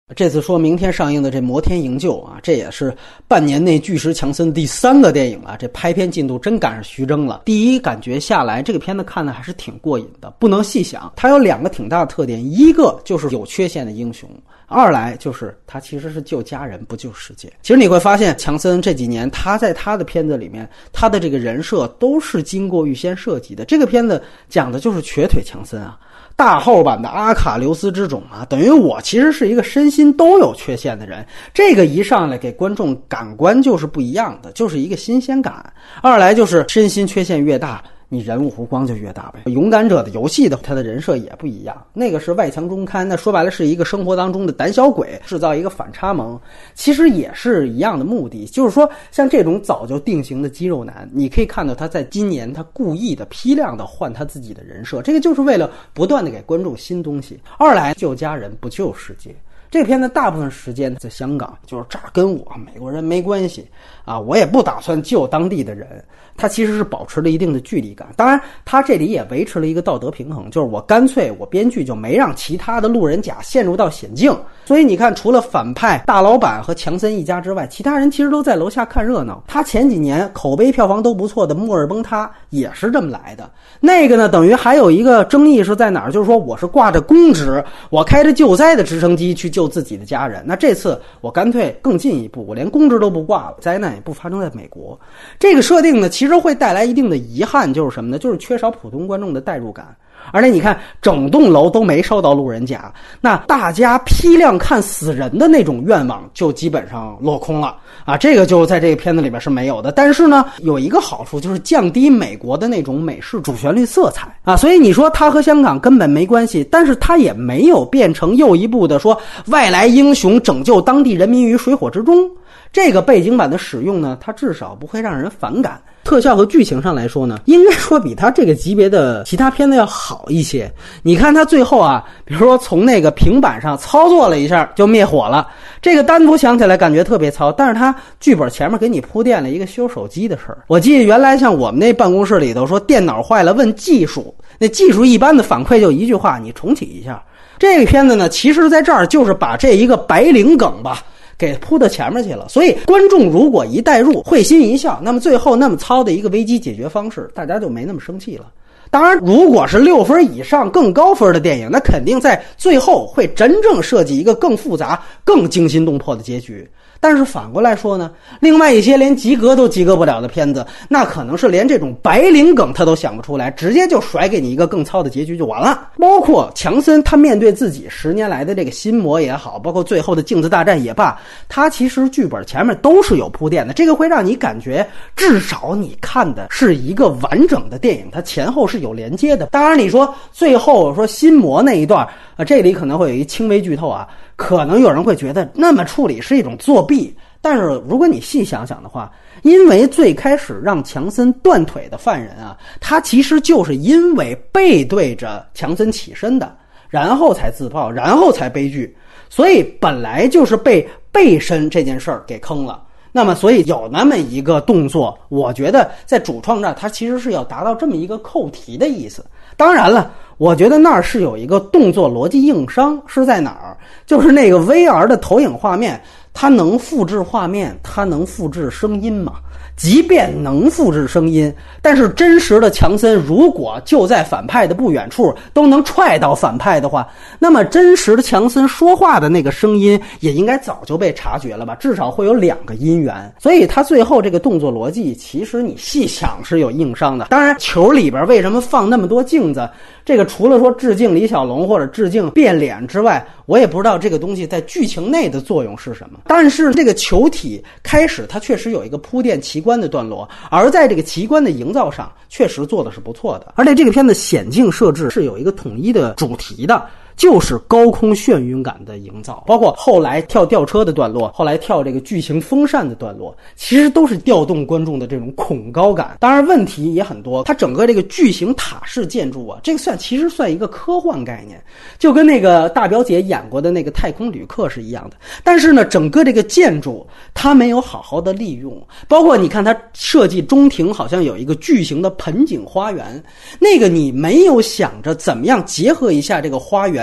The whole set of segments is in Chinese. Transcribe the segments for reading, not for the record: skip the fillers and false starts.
这次说明天上映的这《摩天营救》啊，这也是半年内巨石强森第3个电影了，这拍片进度真赶上徐峥了。第一感觉下来，这个片子看的还是挺过瘾的，不能细想。它有2个挺大的特点，一个就是有缺陷的英雄，二来就是他其实是救家人不救世界。其实你会发现强森这几年他在他的片子里面，他的这个人设都是经过预先设计的。这个片子讲的就是瘸腿强森啊，大号版的阿卡琉斯之种啊，等于我其实是一个身心都有缺陷的人，这个一上来给观众感官就是不一样的，就是一个新鲜感。二来就是身心缺陷越大，你人物弧光就越大呗。勇敢者的游戏的他的人设也不一样，那个是外强中堪，那说白了是一个生活当中的胆小鬼，制造一个反差萌，其实也是一样的目的。就是说像这种早就定型的肌肉男，你可以看到他在今年他故意的批量的换他自己的人设，这个就是为了不断的给观众新东西。二来救家人不救世界，这个片子大部分时间在香港，就是这儿跟我美国人没关系啊，我也不打算救当地的人，他其实是保持了一定的距离感。当然他这里也维持了一个道德平衡，就是我干脆我编剧就没让其他的路人甲陷入到险境。所以你看，除了反派大老板和强森一家之外，其他人其实都在楼下看热闹。他前几年口碑票房都不错的《末日崩塌》也是这么来的。那个呢，等于还有一个争议是在哪儿，就是说我是挂着公职，我开着救灾的直升机去救自己的家人。那这次我干脆更进一步，我连公职都不挂了，灾难也不发生在美国。这个设定呢，其实会带来一定的遗憾，就是什么呢？就是缺少普通观众的代入感。而且你看，整栋楼都没烧到路人甲，那大家批量看死人的那种愿望就基本上落空了啊！这个就在这个片子里边是没有的。但是呢，有一个好处就是降低美国的那种美式主旋律色彩啊，所以你说它和香港根本没关系，但是它也没有变成又一部的说外来英雄拯救当地人民于水火之中。这个背景板的使用呢，它至少不会让人反感。特效和剧情上来说呢，应该说比他这个级别的其他片子要好一些。你看他最后啊，比如说从那个平板上操作了一下就灭火了，这个单独想起来感觉特别糙，但是他剧本前面给你铺垫了一个修手机的事儿。我记得原来像我们那办公室里头说电脑坏了问技术，那技术一般的反馈就一句话，你重启一下。这个片子呢，其实在这儿就是把这一个白领梗吧给铺到前面去了，所以观众如果一带入会心一笑，那么最后那么糙的一个危机解决方式，大家就没那么生气了。当然如果是6分以上更高分的电影，那肯定在最后会真正设计一个更复杂更惊心动魄的结局。但是反过来说呢，另外一些连及格都及格不了的片子，那可能是连这种白领梗他都想不出来，直接就甩给你一个更糙的结局就完了。包括强森他面对自己10年来的这个心魔也好，包括最后的镜子大战也罢，他其实剧本前面都是有铺垫的，这个会让你感觉至少你看的是一个完整的电影，它前后是有连接的。当然你说最后说心魔那一段这里可能会有一轻微剧透啊，可能有人会觉得那么处理是一种作弊，但是如果你细想想的话，因为最开始让强森断腿的犯人啊，他其实就是因为背对着强森起身的，然后才自爆，然后才悲剧，所以本来就是被背身这件事儿给坑了。那么所以有那么一个动作，我觉得在主创这儿他其实是要达到这么一个扣题的意思。当然了，我觉得那儿是有一个动作逻辑硬伤，是在哪儿？就是那个 VR 的投影画面，它能复制画面，它能复制声音吗？即便能复制声音，但是真实的强森如果就在反派的不远处都能踹到反派的话，那么真实的强森说话的那个声音也应该早就被察觉了吧，至少会有2个音源。所以他最后这个动作逻辑其实你细想是有硬伤的。当然球里边为什么放那么多镜子，这个除了说致敬李小龙或者致敬变脸之外，我也不知道这个东西在剧情内的作用是什么。但是这个球体开始它确实有一个铺垫奇观的段落，而在这个奇观的营造上确实做的是不错的。而且这个片的险境设置是有一个统一的主题的，就是高空眩晕感的营造，包括后来跳吊车的段落，后来跳这个剧情风扇的段落，其实都是调动观众的这种恐高感。当然问题也很多，它整个这个巨型塔式建筑啊，这个其实算一个科幻概念，就跟那个大表姐演过的那个太空旅客是一样的。但是呢，整个这个建筑它没有好好的利用，包括你看它设计中庭好像有一个巨型的盆景花园，那个你没有想着怎么样结合一下这个花园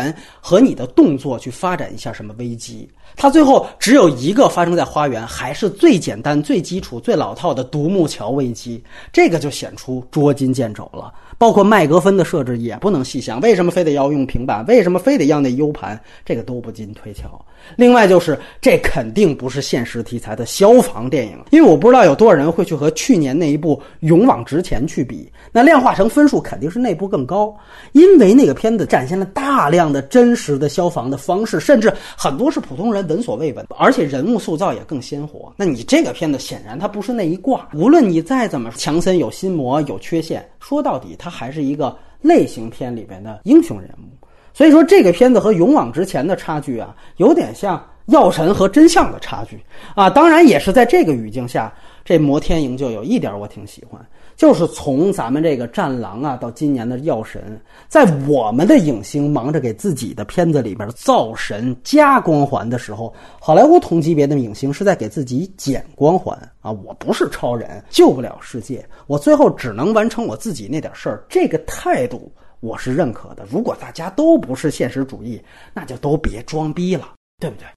园和你的动作去发展一下什么危机。它最后只有一个发生在花园，还是最简单、最基础、最老套的独木桥危机，这个就显出捉襟见肘了。包括麦格芬的设置也不能细想，为什么非得要用平板，为什么非得要那 U 盘，这个都不禁推敲。另外就是这肯定不是现实题材的消防电影，因为我不知道有多少人会去和去年那一部《勇往直前》去比，那量化成分数肯定是那部更高，因为那个片子展现了大量的真实的消防的方式，甚至很多是普通人闻所未闻，而且人物塑造也更鲜活。那你这个片子显然它不是那一挂，无论你再怎么强森有心魔有缺陷，说到底它还是一个类型片里边的英雄人物。所以说这个片子和勇往直前的差距啊，有点像药神和真相的差距啊。当然也是在这个语境下，这摩天营救有一点我挺喜欢，就是从咱们这个战狼啊到今年的药神，在我们的影星忙着给自己的片子里边造神加光环的时候，好莱坞同级别的影星是在给自己减光环啊！我不是超人，救不了世界，我最后只能完成我自己那点事儿，这个态度我是认可的。如果大家都不是现实主义，那就都别装逼了，对不对？